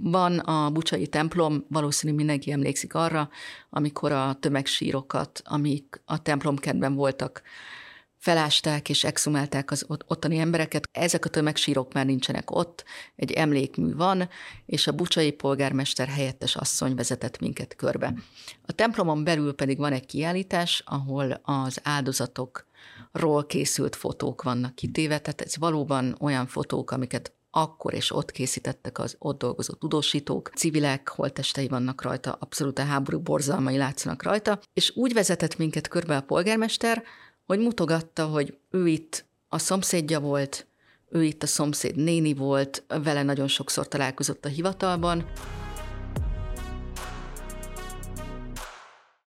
Van a bucsai templom, valószínű mindenki emlékszik arra, amikor a tömegsírokat, amik a templomkertben voltak, felásták és exhumálták az ottani embereket. Ezek a tömegsírok már nincsenek ott, egy emlékmű van, és a bucsai polgármester helyettes asszony vezetett minket körbe. A templomon belül pedig van egy kiállítás, ahol az áldozatokról készült fotók vannak kitéve, tehát ez valóban olyan fotók, amiket akkor és ott készítettek az ott dolgozó tudósítók, civilek holttestei vannak rajta, abszolút a háború borzalmai látszanak rajta, és úgy vezetett minket körbe a polgármester, hogy mutogatta, hogy ő itt a szomszédja volt, ő itt a szomszéd néni volt, vele nagyon sokszor találkozott a hivatalban.